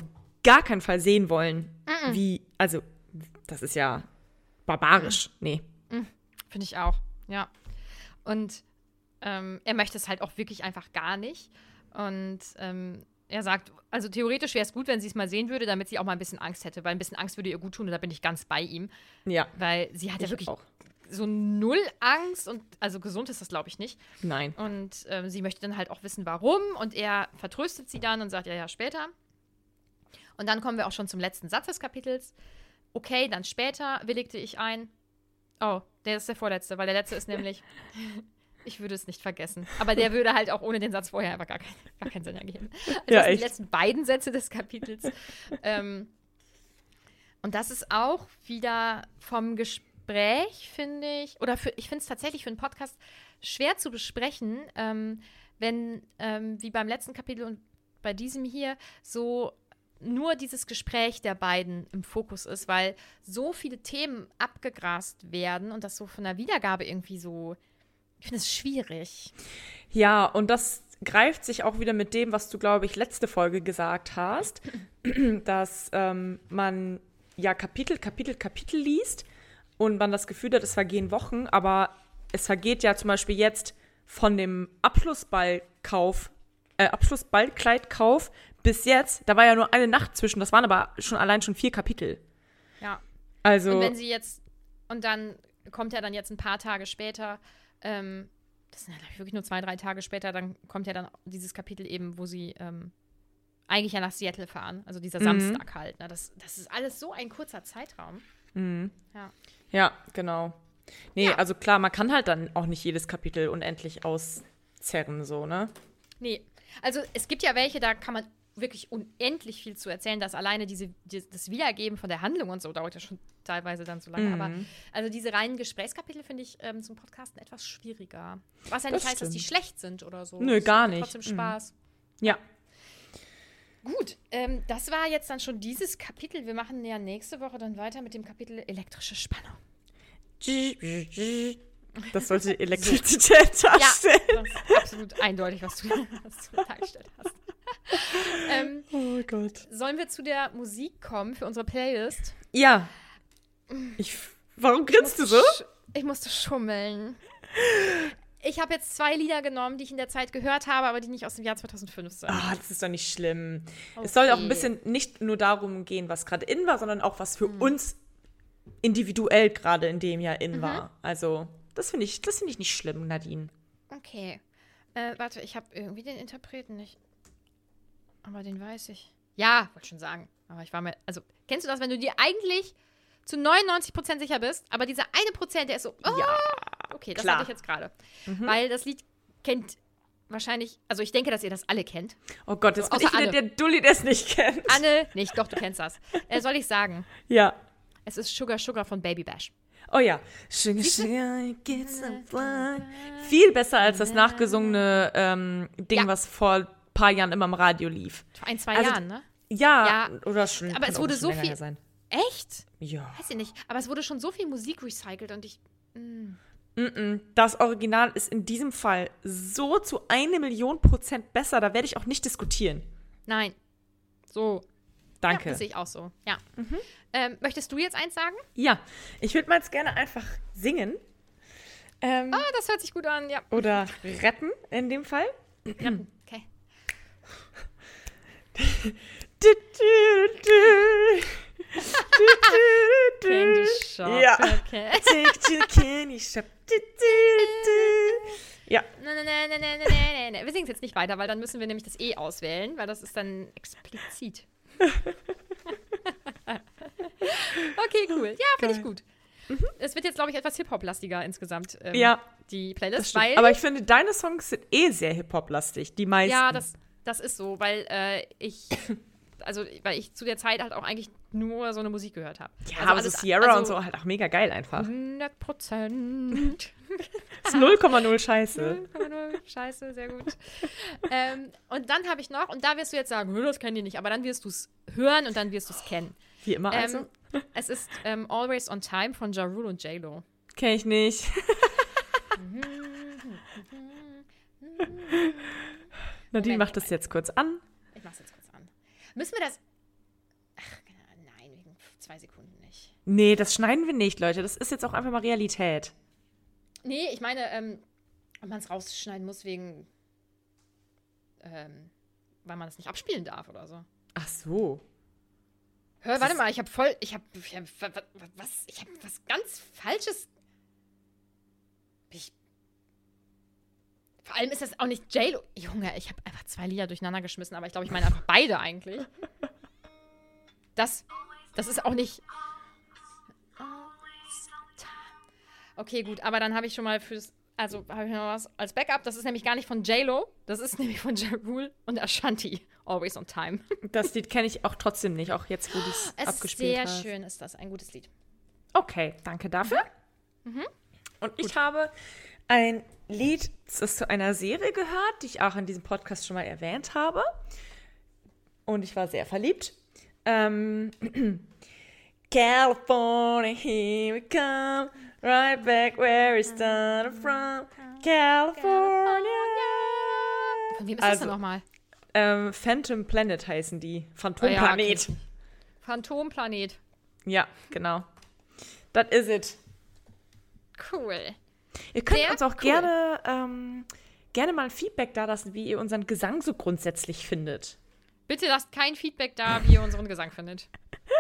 gar keinen Fall sehen wollen, Mm-mm. wie, also, das ist ja barbarisch. Nee. Finde ich auch, ja. Und ähm, er möchte es halt auch wirklich einfach gar nicht. Und ähm, er sagt, also theoretisch wäre es gut, wenn sie es mal sehen würde, damit sie auch mal ein bisschen Angst hätte, weil ein bisschen Angst würde ihr gut tun und da bin ich ganz bei ihm. Ja. Weil sie hat ja wirklich auch. so null Angst und also gesund ist das, glaube ich, nicht. Nein. Und ähm, sie möchte dann halt auch wissen, warum und er vertröstet sie dann und sagt, ja, ja, später. Und dann kommen wir auch schon zum letzten Satz des Kapitels. Okay, dann später willigte ich ein. Oh, der ist der vorletzte, weil der letzte ist nämlich, ich würde es nicht vergessen. Aber der würde halt auch ohne den Satz vorher einfach gar, kein, gar keinen Sinn ergeben. Also ja, das sind echt? die letzten beiden Sätze des Kapitels. ähm, und das ist auch wieder vom Gespräch, finde ich, oder für, ich finde es tatsächlich für einen Podcast schwer zu besprechen, ähm, wenn, ähm, wie beim letzten Kapitel und bei diesem hier, so nur dieses Gespräch der beiden im Fokus ist, weil so viele Themen abgegrast werden und das so von der Wiedergabe irgendwie so, ich finde es schwierig. Ja, und das greift sich auch wieder mit dem, was du, glaube ich, letzte Folge gesagt hast, dass ähm, man ja Kapitel, Kapitel, Kapitel liest und man das Gefühl hat, es vergehen Wochen, aber es vergeht ja zum Beispiel jetzt von dem Abschlussballkauf, äh, Abschlussballkleidkauf bis jetzt, da war ja nur eine Nacht zwischen, das waren aber schon allein schon vier Kapitel. Ja. Also. Und wenn sie jetzt, und dann kommt ja dann jetzt ein paar Tage später, ähm, das sind ja, glaube ich, wirklich nur zwei, drei Tage später, dann kommt ja dann dieses Kapitel eben, wo sie ähm, eigentlich ja nach Seattle fahren, also dieser Mhm. Samstag halt. Ne? Das, das ist alles so ein kurzer Zeitraum. Mhm. Ja. Ja, genau. Nee, Ja. also klar, man kann halt dann auch nicht jedes Kapitel unendlich auszerren, so, ne? Nee, also es gibt ja welche, da kann man wirklich unendlich viel zu erzählen, dass alleine diese, die, das Wiedergeben von der Handlung und so dauert ja schon teilweise dann so lange. Mhm. Aber also diese reinen Gesprächskapitel finde ich ähm, zum Podcasten etwas schwieriger. Was ja Das nicht heißt, dass die stimmt. schlecht sind oder so. Nö, Es gar macht nicht. Trotzdem Mhm. Spaß. Ja. Gut, ähm, das war jetzt dann schon dieses Kapitel. Wir machen ja nächste Woche dann weiter mit dem Kapitel elektrische Spannung. Das sollte Elektrizität Ja, darstellen. das ist absolut eindeutig, was du, was du dargestellt hast. ähm, Oh Gott. sollen wir zu der Musik kommen für unsere Playlist? Ja. Ich, warum grinst du so? Sch- Ich musste schummeln. Ich habe jetzt zwei Lieder genommen, die ich in der Zeit gehört habe, aber die nicht aus dem Jahr zweitausendfünf sind. Ah, das ist doch nicht schlimm. Okay. Es soll auch ein bisschen nicht nur darum gehen, was gerade in war, sondern auch, was für Mhm. uns individuell gerade in dem Jahr in war. Also, das finde ich, das finde ich nicht schlimm, Nadine. Okay. Äh, warte, ich habe irgendwie den Interpreten nicht. Aber den weiß ich. Ja, wollte schon sagen. Aber ich war mir. Also, kennst du das, wenn du dir eigentlich zu neunundneunzig Prozent sicher bist, aber dieser eine Prozent, der ist so. Oh, Ja, okay, das klar. hatte ich jetzt gerade. Weil das Lied kennt wahrscheinlich. Also, ich denke, dass ihr das alle kennt. Oh Gott, jetzt bin Außer ich wieder Anne. der Dulli, der es nicht kennt. Anne, nicht, doch, du kennst das. Äh, soll ich sagen? Ja. Es ist Sugar Sugar von Baby Bash. Oh ja. Sugar, sugar, get some fun. Viel besser als das nachgesungene ähm, Ding, Ja. was vor ein paar Jahren immer im Radio lief. Vor ein, zwei Also, Jahren, ne? Ja, Ja. oder schon. Aber kann es auch wurde schon so länger viel- her Sein. Echt? Ja. Weiß ich nicht. Aber es wurde schon so viel Musik recycelt und ich. Mm-mm. Das Original ist in diesem Fall so zu eine Million Prozent besser. Da werde ich auch nicht diskutieren. Nein. So. Danke. Ja, das sehe ich auch so. Ja. Ähm, möchtest du jetzt eins sagen? Ja, ich würde mal jetzt gerne einfach singen. Ähm, Ah, das hört sich gut an, ja. Oder rappen in dem Fall. ja. Okay. Du, du, du. Du, du, du. Candy Shop. Ja. Okay. Take to Candy Shop. Du, du, du. Ja. Nee, nee, nee, nee, nee, nee, nee. Wir singen es jetzt nicht weiter, weil dann müssen wir nämlich das E auswählen, weil das ist dann explizit. Okay, cool. Ja, finde ich gut. Es wird jetzt, glaube ich, etwas Hip-Hop-lastiger insgesamt, ähm, Ja. die Das Playlist, stimmt. weil... Aber ich finde, deine Songs sind eh sehr Hip-Hop-lastig. Die meisten. Ja, das, das ist so, weil äh, ich, also weil ich zu der Zeit halt auch eigentlich nur so eine Musik gehört habe. Ja, also aber so Sierra also und so halt auch mega geil einfach. hundert Prozent. Das ist null Komma null Scheiße. Scheiße, sehr gut. ähm, und dann habe ich noch, und da wirst du jetzt sagen, "Hö, das kennen die nicht, aber dann wirst du es hören und dann wirst du es kennen. Wie immer also. Ähm, es ist ähm, Always on Time von Ja Rule und J-Lo. Kenn ich nicht. Nadine Moment, macht das jetzt kurz an. Ich mach's jetzt kurz an. Müssen wir das. zwei Sekunden nicht. Nee, das schneiden wir nicht, Leute. Das ist jetzt auch einfach mal Realität. Nee, ich meine, ähm, ob man es rausschneiden muss wegen, ähm, weil man das nicht abspielen darf oder so. Ach so. Hör, warte mal, ich habe voll, ich habe, ich hab, was, ich habe was ganz Falsches. Ich, vor allem ist das auch nicht J-Lo. Junge, ich habe einfach zwei Lieder durcheinander geschmissen, aber ich glaube, ich meine einfach beide eigentlich. Das, das ist auch nicht. Okay, gut, aber dann habe ich schon mal fürs, also habe ich noch was als Backup. Das ist nämlich gar nicht von J-Lo, das ist nämlich von Ja Rule und Ashanti. Always on Time. Das Lied kenne ich auch trotzdem nicht, auch jetzt, wo du es abgespielt hast. Sehr schön ist das, ein gutes Lied. Okay, danke dafür. Mhm. Und ich Gut. habe ein Lied, das zu einer Serie gehört, die ich auch in diesem Podcast schon mal erwähnt habe. Und ich war sehr verliebt. Ähm, California, here we come, right back where we started from, California. Von wem ist also, das denn nochmal? Ähm, Phantom Planet heißen die. Phantomplanet. Oh ja, okay. Phantomplanet. Ja, genau. That is it. Cool. Ihr könnt Sehr uns auch cool. gerne, ähm, gerne mal ein Feedback da lassen, wie ihr unseren Gesang so grundsätzlich findet. Bitte lasst kein Feedback da, wie ihr unseren Gesang findet.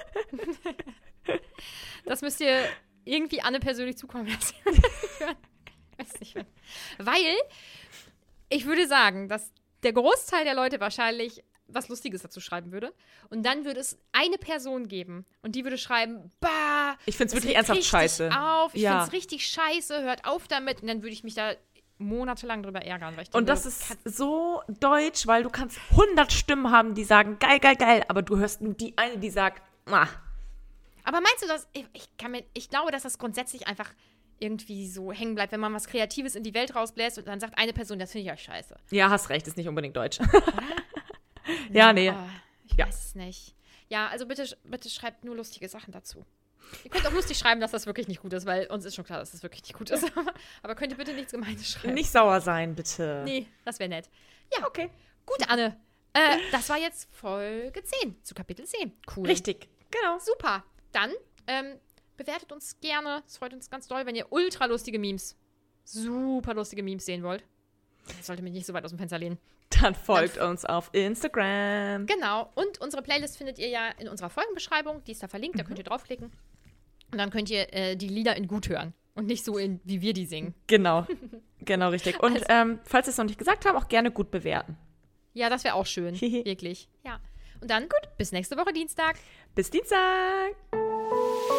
Das müsst ihr irgendwie Anne persönlich zukommen lassen. Weiß nicht, weil ich würde sagen, dass der Großteil der Leute wahrscheinlich was Lustiges dazu schreiben würde. Und dann würde es eine Person geben und die würde schreiben, bah, ich finde es wirklich regt ernsthaft richtig scheiße. Auf, ich ja. finde es richtig scheiße, hört auf damit. Und dann würde ich mich da monatelang drüber ärgern. Weil ich und denke, das ist so deutsch, weil du kannst hundert Stimmen haben, die sagen, geil, geil, geil, aber du hörst nur die eine, die sagt, ah. Aber meinst du, dass ich, ich, kann mir, ich glaube, dass das grundsätzlich einfach irgendwie so hängen bleibt, wenn man was Kreatives in die Welt rausbläst und dann sagt eine Person, das finde ich ja scheiße. Ja, hast recht, ist nicht unbedingt deutsch. ja, nee. Oh, ich ja. weiß es nicht. Ja, also bitte, bitte schreibt nur lustige Sachen dazu. Ihr könnt auch lustig schreiben, dass das wirklich nicht gut ist, weil uns ist schon klar, dass das wirklich nicht gut ist. Aber könnt ihr bitte nichts Gemeines schreiben? Nicht sauer sein, bitte. Nee, das wäre nett. Ja, okay. Gut, Anne. Äh, das war jetzt Folge zehn, zu Kapitel zehn. Cool. Richtig, genau. Super. Dann, ähm, bewertet uns gerne. Es freut uns ganz doll, wenn ihr ultra lustige Memes, super lustige Memes sehen wollt. Ich sollte mich nicht so weit aus dem Fenster lehnen. Dann folgt Dann, uns auf Instagram. Genau. Und unsere Playlist findet ihr ja in unserer Folgenbeschreibung. Die ist da verlinkt, mhm. da könnt ihr draufklicken. Und dann könnt ihr äh, die Lieder in gut hören. Und nicht so, in, wie wir die singen. Genau. Genau, richtig. Und also, ähm, falls ihr es noch nicht gesagt habt, auch gerne gut bewerten. Ja, das wäre auch schön. Wirklich. Ja. Und dann, gut, bis nächste Woche Dienstag. Bis Dienstag.